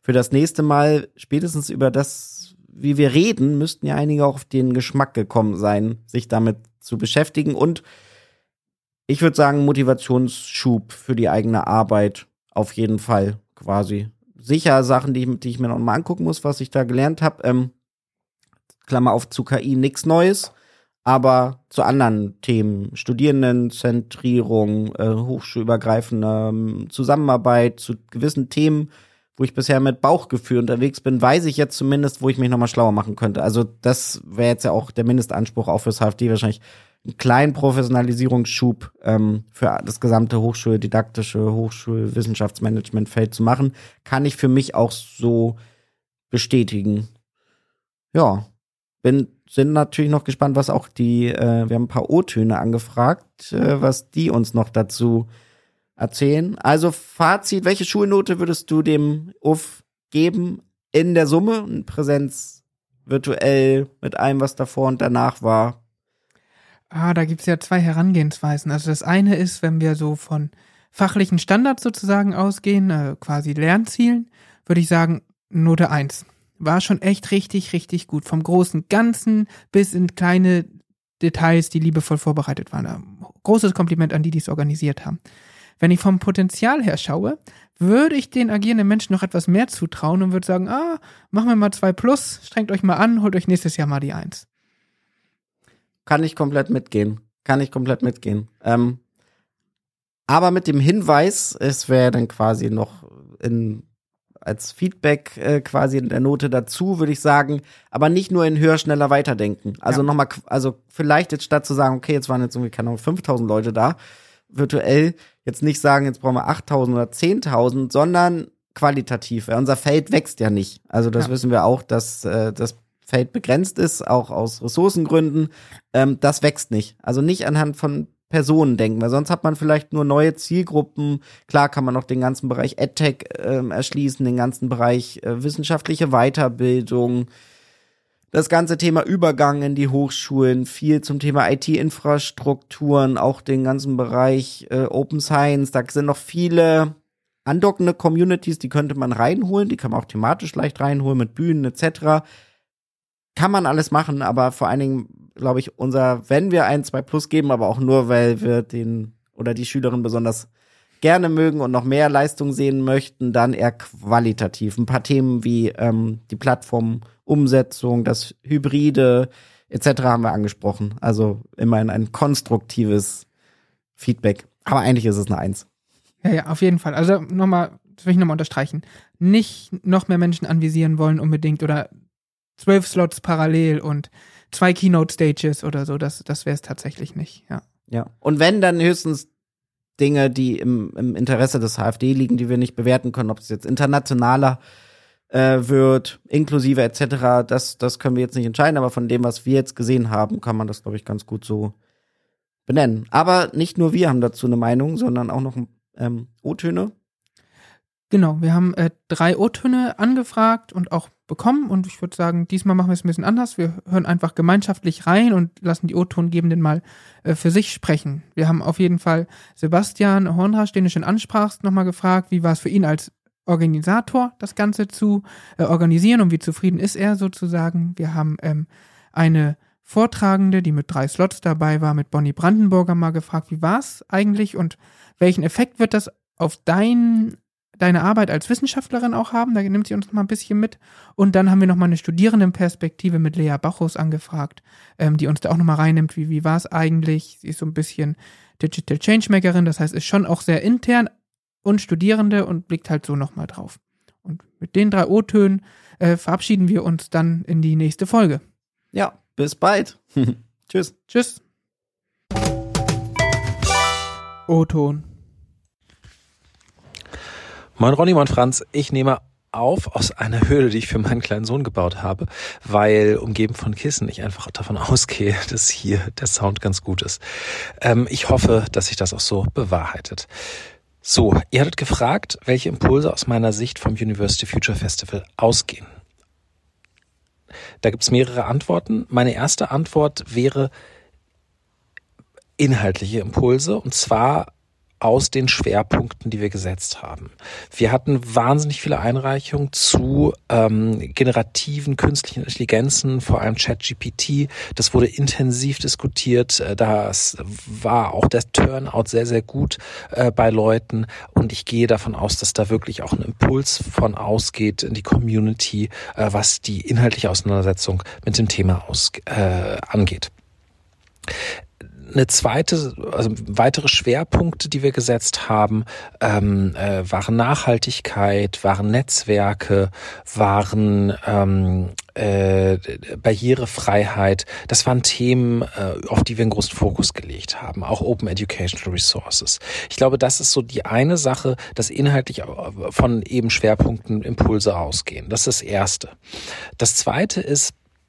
Speaker 1: für das nächste Mal, spätestens über das, wie wir reden, müssten ja einige auch auf den Geschmack gekommen sein, sich damit zu beschäftigen. Und ich würde sagen, Motivationsschub für die eigene Arbeit auf jeden Fall quasi. Sicher Sachen, die ich mir noch mal angucken muss, was ich da gelernt habe. Klammer auf, zu KI nichts Neues, aber zu anderen Themen, Studierendenzentrierung, hochschulübergreifende Zusammenarbeit, zu gewissen Themen, wo ich bisher mit Bauchgefühl unterwegs bin, weiß ich jetzt zumindest, wo ich mich nochmal schlauer machen könnte. Also das wäre jetzt ja auch der Mindestanspruch, auch fürs HFD wahrscheinlich, einen kleinen Professionalisierungsschub für das gesamte hochschuldidaktische, Hochschulwissenschaftsmanagementfeld zu machen, kann ich für mich auch so bestätigen. Ja, sind natürlich noch gespannt, was auch wir haben ein paar O-Töne angefragt, was die uns noch dazu erzählen. Also Fazit, welche Schulnote würdest du dem UF geben in der Summe? Präsenz virtuell mit allem, was davor und danach war.
Speaker 2: Da gibt's ja zwei Herangehensweisen. Also das eine ist, wenn wir so von fachlichen Standards sozusagen ausgehen, quasi Lernzielen, würde ich sagen, Note 1. War schon echt richtig, richtig gut. Vom großen Ganzen bis in kleine Details, die liebevoll vorbereitet waren. Großes Kompliment an die es organisiert haben. Wenn ich vom Potenzial her schaue, würde ich den agierenden Menschen noch etwas mehr zutrauen und würde sagen, machen wir mal 2+, strengt euch mal an, holt euch nächstes Jahr mal die 1.
Speaker 1: Kann ich komplett mitgehen. Aber mit dem Hinweis, es wäre dann quasi noch als Feedback quasi in der Note dazu, würde ich sagen, aber nicht nur in höher, schneller weiterdenken. Also nochmal, also vielleicht jetzt statt zu sagen, okay, jetzt waren jetzt irgendwie, keine Ahnung, 5.000 Leute da, virtuell, jetzt nicht sagen, jetzt brauchen wir 8.000 oder 10.000, sondern qualitativ. Weil unser Feld wächst ja nicht. Also das wissen wir auch, dass das Feld begrenzt ist, auch aus Ressourcengründen. Das wächst nicht. Also nicht anhand von Personen denken, weil sonst hat man vielleicht nur neue Zielgruppen. Klar kann man noch den ganzen Bereich EdTech erschließen, den ganzen Bereich wissenschaftliche Weiterbildung, das ganze Thema Übergang in die Hochschulen, viel zum Thema IT-Infrastrukturen, auch den ganzen Bereich Open Science. Da sind noch viele andockende Communities, die könnte man reinholen, die kann man auch thematisch leicht reinholen mit Bühnen etc. Kann man alles machen, aber vor allen Dingen, glaube ich, wenn wir ein 2+ geben, aber auch nur, weil wir den oder die Schülerin besonders gerne mögen und noch mehr Leistung sehen möchten, dann eher qualitativ. Ein paar Themen wie die Plattformumsetzung, das Hybride etc. haben wir angesprochen. Also immerhin ein konstruktives Feedback. Aber eigentlich ist es eine 1.
Speaker 2: Ja, auf jeden Fall. Also das will ich nochmal unterstreichen. Nicht noch mehr Menschen anvisieren wollen unbedingt oder 12 Slots parallel und 2 Keynote-Stages oder so, das wäre es tatsächlich nicht, ja.
Speaker 1: Ja, und wenn, dann höchstens Dinge, die im Interesse des HFD liegen, die wir nicht bewerten können, ob es jetzt internationaler wird, inklusive etc., das können wir jetzt nicht entscheiden, aber von dem, was wir jetzt gesehen haben, kann man das, glaube ich, ganz gut so benennen. Aber nicht nur wir haben dazu eine Meinung, sondern auch noch O-Töne.
Speaker 2: Genau, wir haben 3 O-Töne angefragt und auch bekommen und ich würde sagen, diesmal machen wir es ein bisschen anders. Wir hören einfach gemeinschaftlich rein und lassen die O-Tongebenden mal für sich sprechen. Wir haben auf jeden Fall Sebastian Hornrasch, den du schon ansprachst, nochmal gefragt, wie war es für ihn als Organisator, das Ganze zu organisieren und wie zufrieden ist er sozusagen. Wir haben eine Vortragende, die mit 3 Slots dabei war, mit Bonnie Brandenburger mal gefragt, wie war es eigentlich und welchen Effekt wird das auf deine Arbeit als Wissenschaftlerin auch haben, da nimmt sie uns noch mal ein bisschen mit. Und dann haben wir noch mal eine Studierendenperspektive mit Lea Bachus angefragt, die uns da auch noch mal reinnimmt, wie war es eigentlich. Sie ist so ein bisschen Digital Changemakerin, das heißt, ist schon auch sehr intern und Studierende und blickt halt so noch mal drauf. Und mit den 3 O-Tönen verabschieden wir uns dann in die nächste Folge.
Speaker 1: Ja, bis bald. Tschüss.
Speaker 2: Tschüss. O-Ton.
Speaker 3: Moin Ronny, moin Franz. Ich nehme auf aus einer Höhle, die ich für meinen kleinen Sohn gebaut habe, weil umgeben von Kissen ich einfach davon ausgehe, dass hier der Sound ganz gut ist. Ich hoffe, dass sich das auch so bewahrheitet. So, ihr hattet gefragt, welche Impulse aus meiner Sicht vom University Future Festival ausgehen. Da gibt's mehrere Antworten. Meine erste Antwort wäre inhaltliche Impulse, und zwar aus den Schwerpunkten, die wir gesetzt haben. Wir hatten wahnsinnig viele Einreichungen zu generativen künstlichen Intelligenzen, vor allem ChatGPT. Das wurde intensiv diskutiert. Das war auch der Turnout sehr, sehr gut bei Leuten. Und ich gehe davon aus, dass da wirklich auch ein Impuls von ausgeht in die Community, was die inhaltliche Auseinandersetzung mit dem Thema angeht. Weitere Schwerpunkte, die wir gesetzt haben, waren Nachhaltigkeit, waren Netzwerke, waren Barrierefreiheit. Das waren Themen, auf die wir einen großen Fokus gelegt haben. Auch Open Educational Resources. Ich glaube, das ist so die eine Sache, dass inhaltlich von eben Schwerpunkten Impulse ausgehen. Das ist das Erste. Das Zweite ist,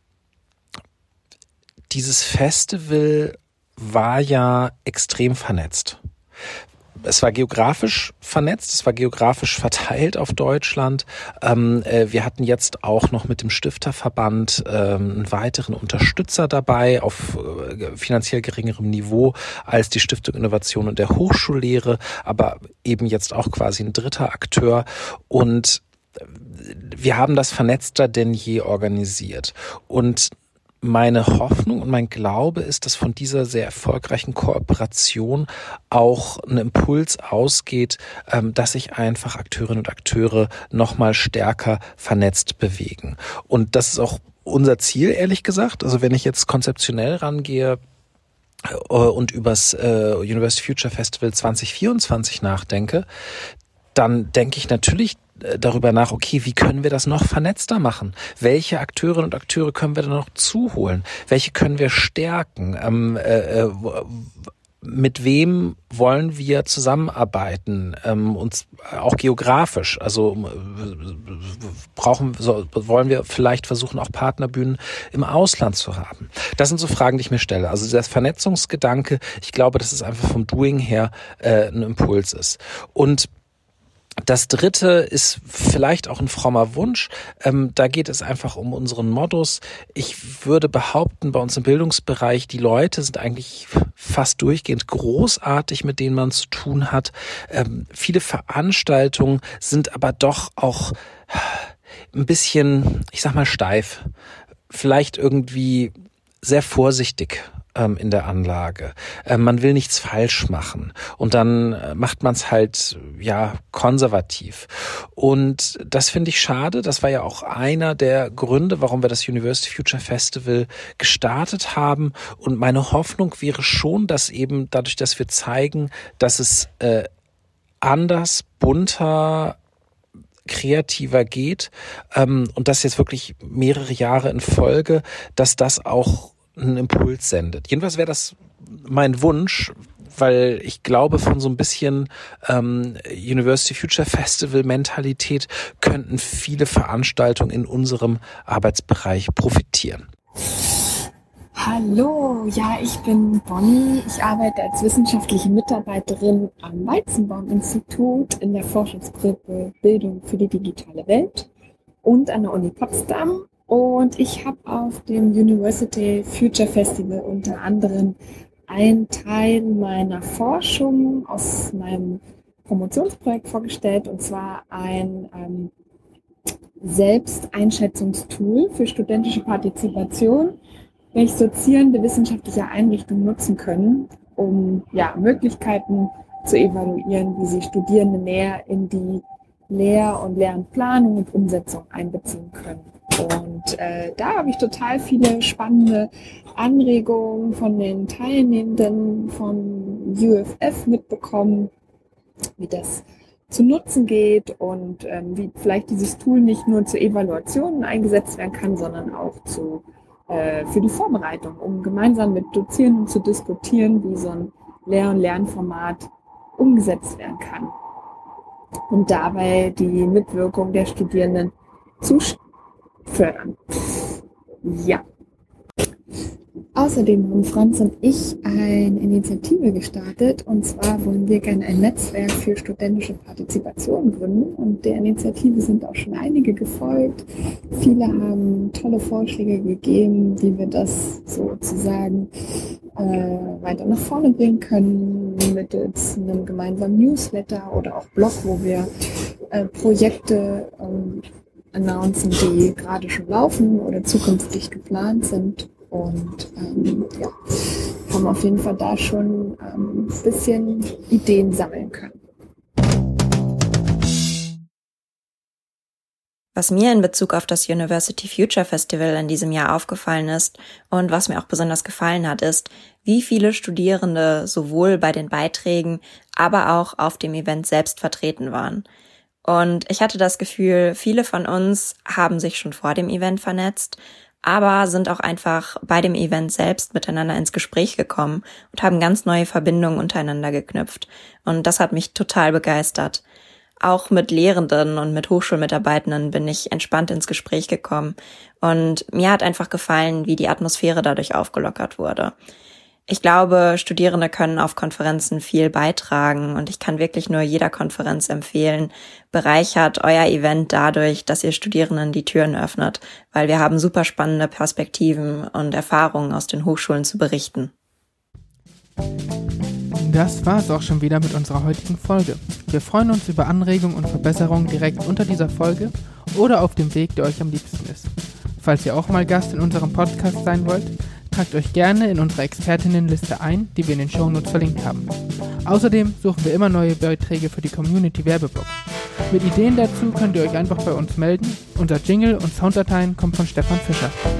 Speaker 3: dieses Festival war ja extrem vernetzt. Es war geografisch vernetzt, es war geografisch verteilt auf Deutschland. Wir hatten jetzt auch noch mit dem Stifterverband einen weiteren Unterstützer dabei auf finanziell geringerem Niveau als die Stiftung Innovation und der Hochschullehre, aber eben jetzt auch quasi ein dritter Akteur. Und wir haben das vernetzter denn je organisiert. Und meine Hoffnung und mein Glaube ist, dass von dieser sehr erfolgreichen Kooperation auch ein Impuls ausgeht, dass sich einfach Akteurinnen und Akteure noch mal stärker vernetzt bewegen. Und das ist auch unser Ziel, ehrlich gesagt. Also wenn ich jetzt konzeptionell rangehe und übers University Future Festival 2024 nachdenke, dann denke ich natürlich darüber nach, okay, wie können wir das noch vernetzter machen? Welche Akteurinnen und Akteure können wir da noch zuholen? Welche können wir stärken? Mit wem wollen wir zusammenarbeiten? Uns auch geografisch. Also wollen wir vielleicht versuchen, auch Partnerbühnen im Ausland zu haben? Das sind so Fragen, die ich mir stelle. Also der Vernetzungsgedanke, ich glaube, dass es einfach vom Doing her ein Impuls ist. Und das Dritte ist vielleicht auch ein frommer Wunsch. Da geht es einfach um unseren Modus. Ich würde behaupten, bei uns im Bildungsbereich, die Leute sind eigentlich fast durchgehend großartig, mit denen man zu tun hat. Viele Veranstaltungen sind aber doch auch ein bisschen, ich sag mal, steif. Vielleicht irgendwie sehr vorsichtig in der Anlage. Man will nichts falsch machen und dann macht man es halt konservativ. Und das finde ich schade. Das war ja auch einer der Gründe, warum wir das University Future Festival gestartet haben. Und meine Hoffnung wäre schon, dass eben dadurch, dass wir zeigen, dass es anders, bunter, kreativer geht und das jetzt wirklich mehrere Jahre in Folge, dass das auch einen Impuls sendet. Jedenfalls wäre das mein Wunsch, weil ich glaube, von so ein bisschen University Future Festival Mentalität könnten viele Veranstaltungen in unserem Arbeitsbereich profitieren.
Speaker 4: Hallo, ja, ich bin Bonnie. Ich arbeite als wissenschaftliche Mitarbeiterin am Weizenbaum-Institut in der Forschungsgruppe Bildung für die digitale Welt und an der Uni Potsdam. Und ich habe auf dem University Future Festival unter anderem einen Teil meiner Forschung aus meinem Promotionsprojekt vorgestellt, und zwar ein Selbsteinschätzungstool für studentische Partizipation, welches dozierende wissenschaftliche Einrichtungen nutzen können, um Möglichkeiten zu evaluieren, wie sie Studierende näher in die Lehr- und Lernplanung und Umsetzung einbeziehen können. Und da habe ich total viele spannende Anregungen von den Teilnehmenden von UFF mitbekommen, wie das zu nutzen geht und wie vielleicht dieses Tool nicht nur zur Evaluation eingesetzt werden kann, sondern auch für die Vorbereitung, um gemeinsam mit Dozierenden zu diskutieren, wie so ein Lehr- und Lernformat umgesetzt werden kann. Und dabei die Mitwirkung der Studierenden zu fördern. Ja. Außerdem haben Franz und ich eine Initiative gestartet, und zwar wollen wir gerne ein Netzwerk für studentische Partizipation gründen, und der Initiative sind auch schon einige gefolgt. Viele haben tolle Vorschläge gegeben, wie wir das sozusagen weiter nach vorne bringen können, mittels einem gemeinsamen Newsletter oder auch Blog, wo wir Projekte announcen, die gerade schon laufen oder zukünftig geplant sind. Und haben auf jeden Fall da schon ein bisschen Ideen sammeln können.
Speaker 5: Was mir in Bezug auf das University Future Festival in diesem Jahr aufgefallen ist und was mir auch besonders gefallen hat, ist, wie viele Studierende sowohl bei den Beiträgen, aber auch auf dem Event selbst vertreten waren. Und ich hatte das Gefühl, viele von uns haben sich schon vor dem Event vernetzt, aber sind auch einfach bei dem Event selbst miteinander ins Gespräch gekommen und haben ganz neue Verbindungen untereinander geknüpft. Und das hat mich total begeistert. Auch mit Lehrenden und mit Hochschulmitarbeitenden bin ich entspannt ins Gespräch gekommen. Und mir hat einfach gefallen, wie die Atmosphäre dadurch aufgelockert wurde. Ich glaube, Studierende können auf Konferenzen viel beitragen und ich kann wirklich nur jeder Konferenz empfehlen, bereichert euer Event dadurch, dass ihr Studierenden die Türen öffnet, weil wir haben super spannende Perspektiven und Erfahrungen aus den Hochschulen zu berichten.
Speaker 2: Das war es auch schon wieder mit unserer heutigen Folge. Wir freuen uns über Anregungen und Verbesserungen direkt unter dieser Folge oder auf dem Weg, der euch am liebsten ist. Falls ihr auch mal Gast in unserem Podcast sein wollt, tragt euch gerne in unsere Expertinnenliste ein, die wir in den Shownotes verlinkt haben. Außerdem suchen wir immer neue Beiträge für die Community-Werbeblogs. Mit Ideen dazu könnt ihr euch einfach bei uns melden. Unser Jingle und Sounddateien kommen von Stefan Fischer.